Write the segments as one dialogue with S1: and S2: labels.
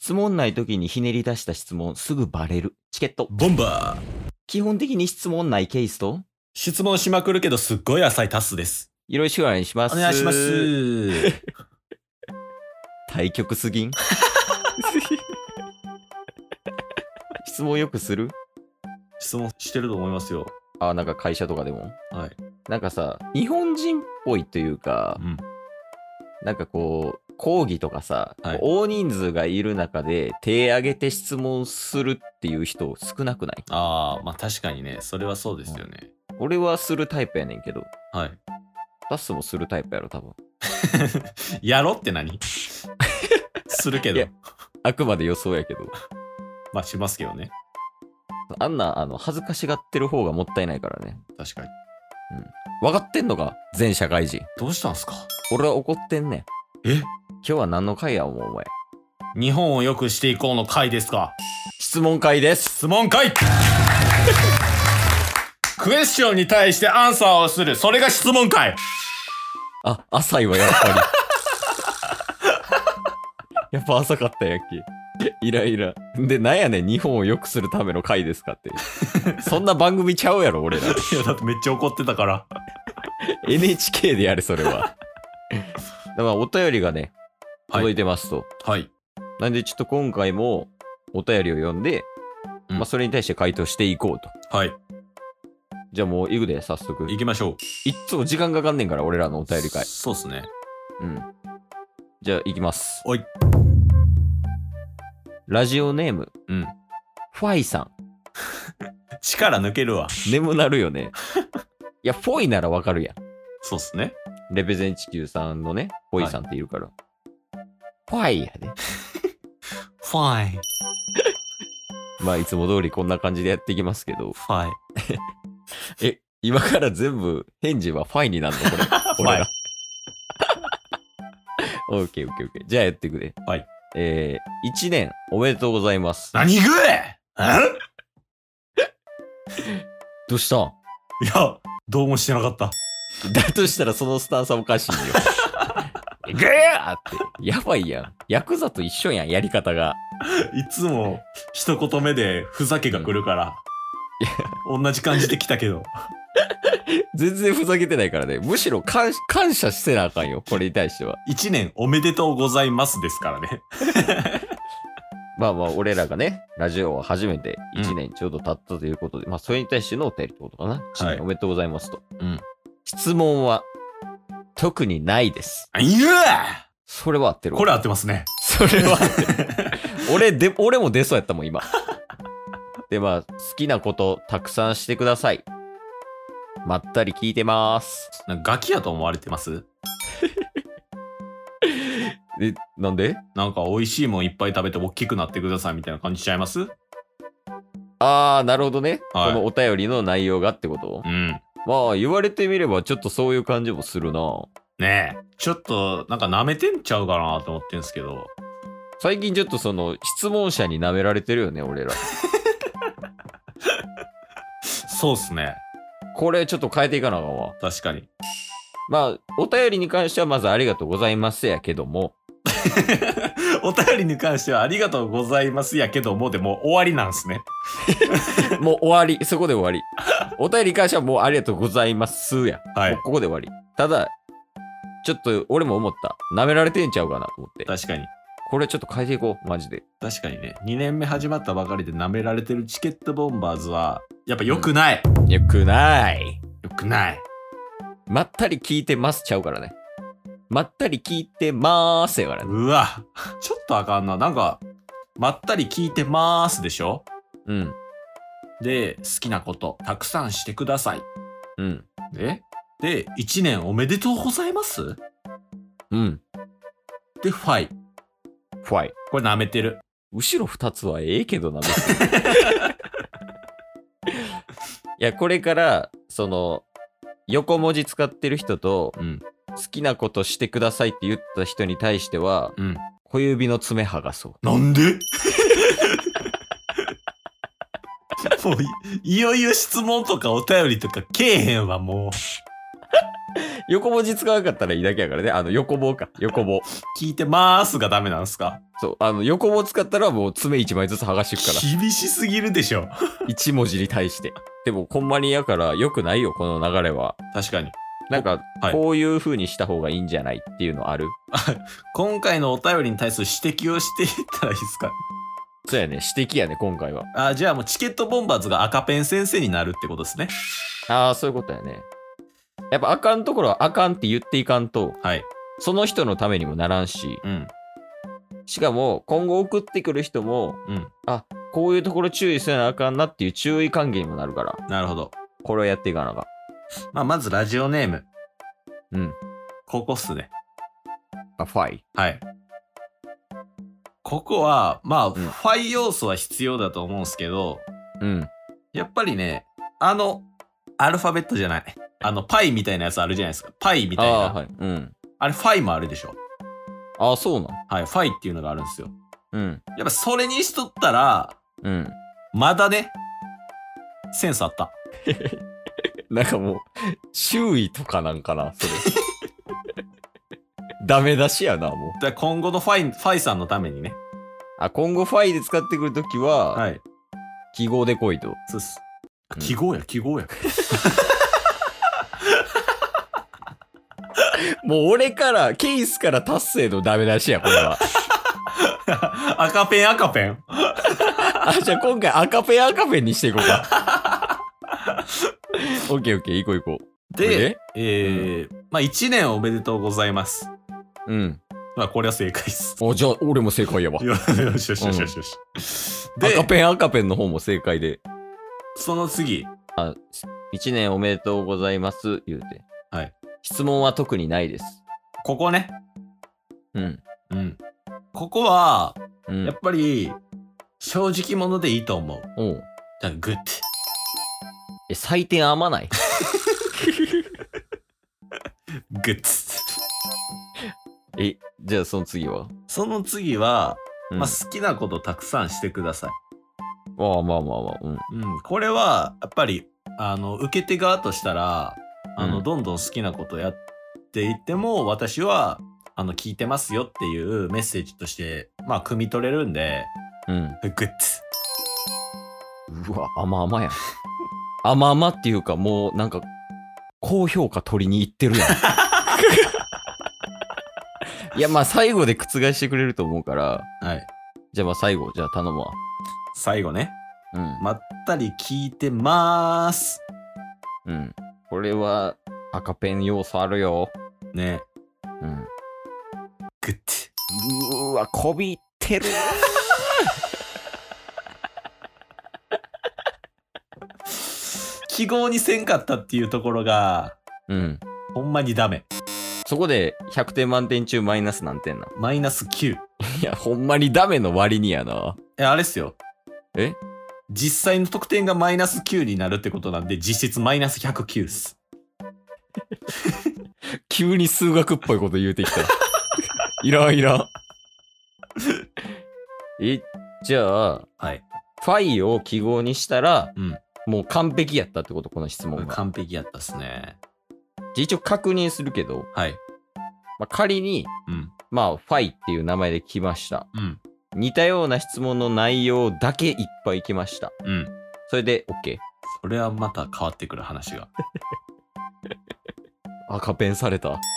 S1: 質問ない時にひねり出した質問すぐバレる。チケット。
S2: ボンバー。
S1: 基本的に質問ないケースと、
S2: 質問しまくるけどすっごい浅いタスです。
S1: よろしくお願いします。
S2: お願いします。
S1: 対局すぎん質問よくする？
S2: 質問してると思いますよ。
S1: あ、なんか会社とかでも。
S2: はい。
S1: なんかさ、日本人っぽいというか、なんかこう、講義とかさ、
S2: はい
S1: 大人数がいる中で手挙げて質問するっていう人少なくない？
S2: ああ、まあ確かにね、それはそうですよね。
S1: 俺はするタイプやねんけど、
S2: はい。
S1: タスもするタイプやろ、多分。
S2: やろって何するけど
S1: いや。あくまで予想やけど。
S2: まあしますけどね。
S1: あんな、恥ずかしがってる方がもったいないからね。
S2: 確かに。
S1: 分かってんのか全社会人。
S2: どうしたんすか？
S1: 俺は怒ってんねん。
S2: え？
S1: 今日は何の回や思うお前。
S2: 日本を良くしていこうの回ですか？
S1: 質問会です。
S2: 質問会クエスチョンに対してアンサーをする。それが質問会。
S1: あ、浅いわ、やっぱり。やっぱ浅かったやっけ。イライラ。で、なんやねん、日本を良くするための回ですかって。そんな番組ちゃうやろ、俺ら。
S2: いや、だってめっちゃ怒ってたから。
S1: NHK でやれ、それは。だからお便りがね、届いてますと。
S2: はい。
S1: なんでちょっと今回もお便りを読んで、
S2: うん
S1: まあそれに対して回答していこうと。
S2: はい。
S1: じゃあもう行くで、早速。
S2: 行きましょう。
S1: いっつも時間かかんねんから、俺らのお便り会。
S2: そうっすね。
S1: うん。じゃあ行きます。
S2: おい。
S1: ラジオネーム、
S2: うん。
S1: ファイさん。
S2: 力抜けるわ。
S1: 眠なるよね。いや、フォイならわかるやん。
S2: そうっすね。
S1: レペゼン地球さんのね、フォイさんっているから。ファイやで。
S2: ファイ。
S1: まあ、いつも通りこんな感じでやっていきますけど。
S2: ファイ。
S1: 今から全部返事はファイになるのこれ。
S2: ファイ
S1: 俺ら。オッケーオッケーオッケー。じゃあやっていくで。
S2: はい。
S1: 1年おめでとうございます。
S2: 何ぐえ
S1: どうしたん？
S2: いや、どうもしてなかった。
S1: だとしたらそのスタンスはおかしいよ。グーって。やばいやん。ヤクザと一緒やん、やり方が。
S2: いつも一言目でふざけが来るから。同じ感じで来たけど。
S1: 全然ふざけてないからね。むしろ感謝してなあかんよ。これに対しては。
S2: 1年おめでとうございますですからね。
S1: まあまあ、俺らがね、ラジオを始めて1年ちょうど経ったということで、まあ、それに対してのお便りってことかな。1年おめでとうございますと。
S2: うん。
S1: 質問は、特にないです。
S2: いや
S1: それは合ってるわ。
S2: これ合ってますね。
S1: それは合ってる。俺も出そうやったもん、今。で、まあ、好きなことたくさんしてください。まったり聞いてまーす。
S2: なんかガキやと思われてます？
S1: なんで？
S2: なんか美味しいもんいっぱい食べて大きくなってくださいみたいな感じしちゃいます？
S1: あー、なるほどね。
S2: はい
S1: このお便りの内容がってこと？
S2: うん。
S1: まあ、言われてみればちょっとそういう感じもするな。
S2: ねえ。ちょっと、なんか舐めてんちゃうかなと思ってんすけど。
S1: 最近ちょっとその質問者に舐められてるよね、俺ら。
S2: そうっすね。
S1: これちょっと変えていかなあかんわ。
S2: 確かに。
S1: まあ、お便りに関してはまずありがとうございますやけども。
S2: お便りに関してはありがとうございますやけどもでもう終わりなんすね。
S1: もう終わり。そこで終わり。お便りに関してはもうありがとうございますや。
S2: はい
S1: もうここで終わり。ただ、ちょっと俺も思った。舐められてんちゃうかなと思って。
S2: 確かに。
S1: これちょっと変えていこう。マジで。
S2: 確かにね。2年目始まったばかりで舐められてるチケットボンバーズは、やっぱ良くない。
S1: よくない。
S2: 良くない。
S1: まったり聞いてますちゃうからね。まったり聞いてまーすやからね。
S2: うわ。ちょっとあかんな。なんか、まったり聞いてまーすでしょ？
S1: うん。
S2: で、好きなことたくさんしてください。
S1: うん。
S2: で、1年おめでとうございます
S1: うん。
S2: で、ファイ。
S1: ファイ。
S2: これ舐めてる。
S1: 後ろ2つはええけどな、別に。いや、これから、その、横文字使ってる人と、
S2: うん。
S1: 好きなことしてくださいって言った人に対しては、
S2: うん。
S1: 小指の爪剥がそう。
S2: なんでもういよいよ質問とかお便りとかけえへんわ、もう。
S1: 横文字使わなかったらいいだけやからね。横棒か。横棒。
S2: 聞いてまーすがダメなんすか？
S1: そう。横棒使ったらもう爪1枚ずつ剥がしていくから。
S2: 厳しすぎるでしょ。
S1: 1文字に対して。でも、ほんまにやから良くないよ、この流れは。
S2: 確かに。
S1: なんか、
S2: はい
S1: こういう風にした方がいいんじゃないっていうのある？
S2: 今回のお便りに対する指摘をしていったらいいですか？
S1: そうやね。指摘やね、今回は。
S2: じゃあもうチケットボンバーズが赤ペン先生になるってことですね。
S1: ああ、そういうことやね。やっぱあかんところはあかんって言っていかんと、
S2: はい。
S1: その人のためにもならんし、
S2: うん。
S1: しかも今後送ってくる人も、
S2: うん。
S1: こういうところ注意せなあかんなっていう注意喚起にもなるから、
S2: なるほど。
S1: これをやっていかなあか
S2: まずラジオネーム。
S1: ん。うん。
S2: ここっすね。
S1: ファイ。
S2: はい。ここは、
S1: ん
S2: ファイ要素は必要だと思うんですけど、
S1: うん。
S2: やっぱりね、アルファベットじゃない。パイみたいなやつあるじゃないですか。パイみたいな。
S1: ああ、はい。うん。
S2: あれ、ファイもあるでしょ。
S1: ああ、そうなん。
S2: はい、ファイっていうのがあるんですよ。
S1: うん。
S2: やっぱそれにしとったら、
S1: うん。
S2: まだね、センスあった。
S1: なんかもう、周囲とかなんかな、それ。ダメ出しやな、もう。
S2: だから今後のファイさんのためにね。
S1: 今後ファイで使ってくるときは、
S2: はい。
S1: 記号で来いと。
S2: そうっす。
S1: うん
S2: 記号や。
S1: もう俺から、ケースから達成のダメ出しや、これは。
S2: 赤ペン。
S1: じゃあ今回赤ペンにしていこうか。オッケー、行こう。
S2: で、1年おめでとうございます。
S1: うん。
S2: これは正解っす。
S1: じゃあ俺も正解やわ。
S2: よし。で、
S1: 赤ペンの方も正解で。
S2: その次。
S1: 1年おめでとうございます、言うて。
S2: はい。
S1: 質問は特にないです。
S2: ここね。
S1: うん。
S2: ここは、
S1: うん。
S2: やっぱり、正直者でいいと思う。
S1: おう。
S2: じゃあ、グッド。
S1: 採点甘ない？
S2: グッド。
S1: じゃあその次は？
S2: その次は、
S1: うん、
S2: 好きなことたくさんしてください。
S1: まあ。うん。
S2: これは、やっぱり、受け手側としたら、
S1: うん
S2: どんどん好きなことやっていっても、私は、聞いてますよっていうメッセージとして、汲み取れるんで、
S1: うん。
S2: グッ
S1: うわ、甘やん。甘っていうか、もうなんか、高評価取りに行ってるやん。いや、最後で覆してくれると思うから、
S2: ド。はい。
S1: じゃあ最後、じゃあ頼むわ。
S2: 最後ね。
S1: うん。
S2: まったり聞いてまーす。
S1: うん。これは、赤ペン要素あるよ。
S2: ね。
S1: うん。
S2: グッ
S1: うーわ、こびってる。
S2: 記号にせんかったっていうところが、
S1: うん。
S2: ほんまにダメ。
S1: そこで100点満点中マイナス何点な？
S2: マイナス9。
S1: いや、ほんまにダメの割にやな。
S2: あれっすよ。
S1: え？
S2: 実際の得点がマイナス9になるってことなんで、実質マイナス109っす。
S1: 急に数学っぽいこと言うてきた。いらん。じゃあ、
S2: はい。
S1: ファイを記号にしたら、
S2: うん。
S1: もう完璧やったってこと、この質問が。
S2: 完璧やったっすね。
S1: 一応確認するけど、
S2: はい。
S1: 仮に、
S2: うん。
S1: ファイっていう名前で来ました。
S2: うん。
S1: 似たような質問の内容だけいっぱい来ました。
S2: うん。
S1: それで OK。
S2: それはまた変わってくる話が。
S1: 赤ペンされた。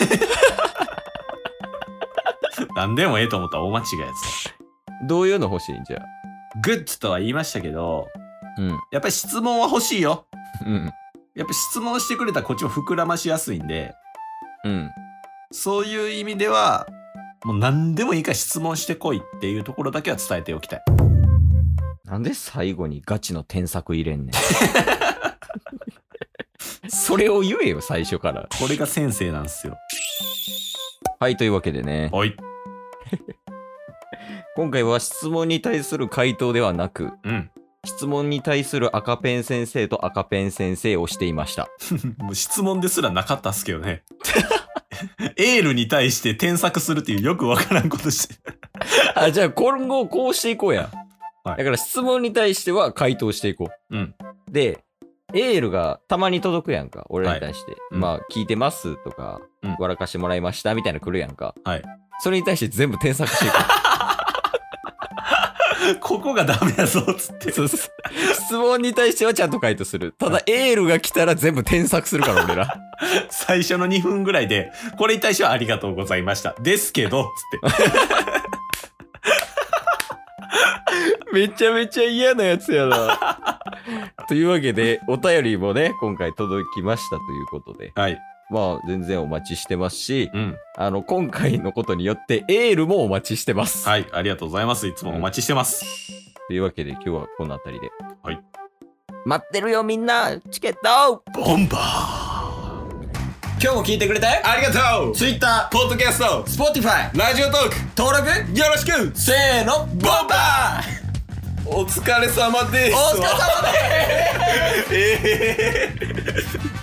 S2: 何でもええと思ったら大間違いやつ。
S1: どういうの欲しいんじゃあ。
S2: グッズとは言いましたけど、
S1: うん。
S2: やっぱり質問は欲しいよ。
S1: うん。
S2: やっぱ質問してくれたらこっちも膨らましやすいんで、
S1: うん。
S2: そういう意味では、もう何でもいいから質問してこいっていうところだけは伝えておきたい。
S1: なんで最後にガチの添削入れんねん。それを言えよ、最初から。
S2: これが先生なんですよ。
S1: はい、というわけでね。
S2: はい。
S1: 今回は質問に対する回答ではなく、
S2: うん。
S1: 質問に対する赤ペン先生と赤ペン先生をしていました。
S2: もう質問ですらなかったっすけどね。エールに対して添削するっていうよくわからんことして。
S1: じゃあ今後こうしていこうや。
S2: はい
S1: だから質問に対しては回答していこ
S2: うん。
S1: う。で、 エールがたまに届くやんか、俺らに対して。
S2: うん
S1: まあ、聞いてますとか、
S2: うん
S1: 笑かしてもらいましたみたいなの来るやんか。
S2: はい。
S1: それに対して全部添削していく。
S2: ここがダメやぞ、つって。
S1: そうそう質問に対してはちゃんと回答する。ただ、エールが来たら全部添削するから、俺ら。
S2: 最初の2分ぐらいで、これに対してはありがとうございました。ですけど、つって。
S1: めちゃめちゃ嫌なやつやな。というわけで、お便りもね、今回届きましたということで。
S2: はい。
S1: まあ、全然お待ちしてますし、
S2: うん。
S1: 今回のことによってエールもお待ちしてます。
S2: はい。ありがとうございます。いつもお待ちしてます。
S1: というわけで、今日はこの辺りで。
S2: はい。
S1: 待ってるよ、みんなチケット
S2: ボンバー。今日も聞いてくれてありがとう。 Twitter、ポッドキャスト、Spotify、ラジオトーク、登録よろしく。せーの、ボンバー。お疲れ様です。お疲れ様です。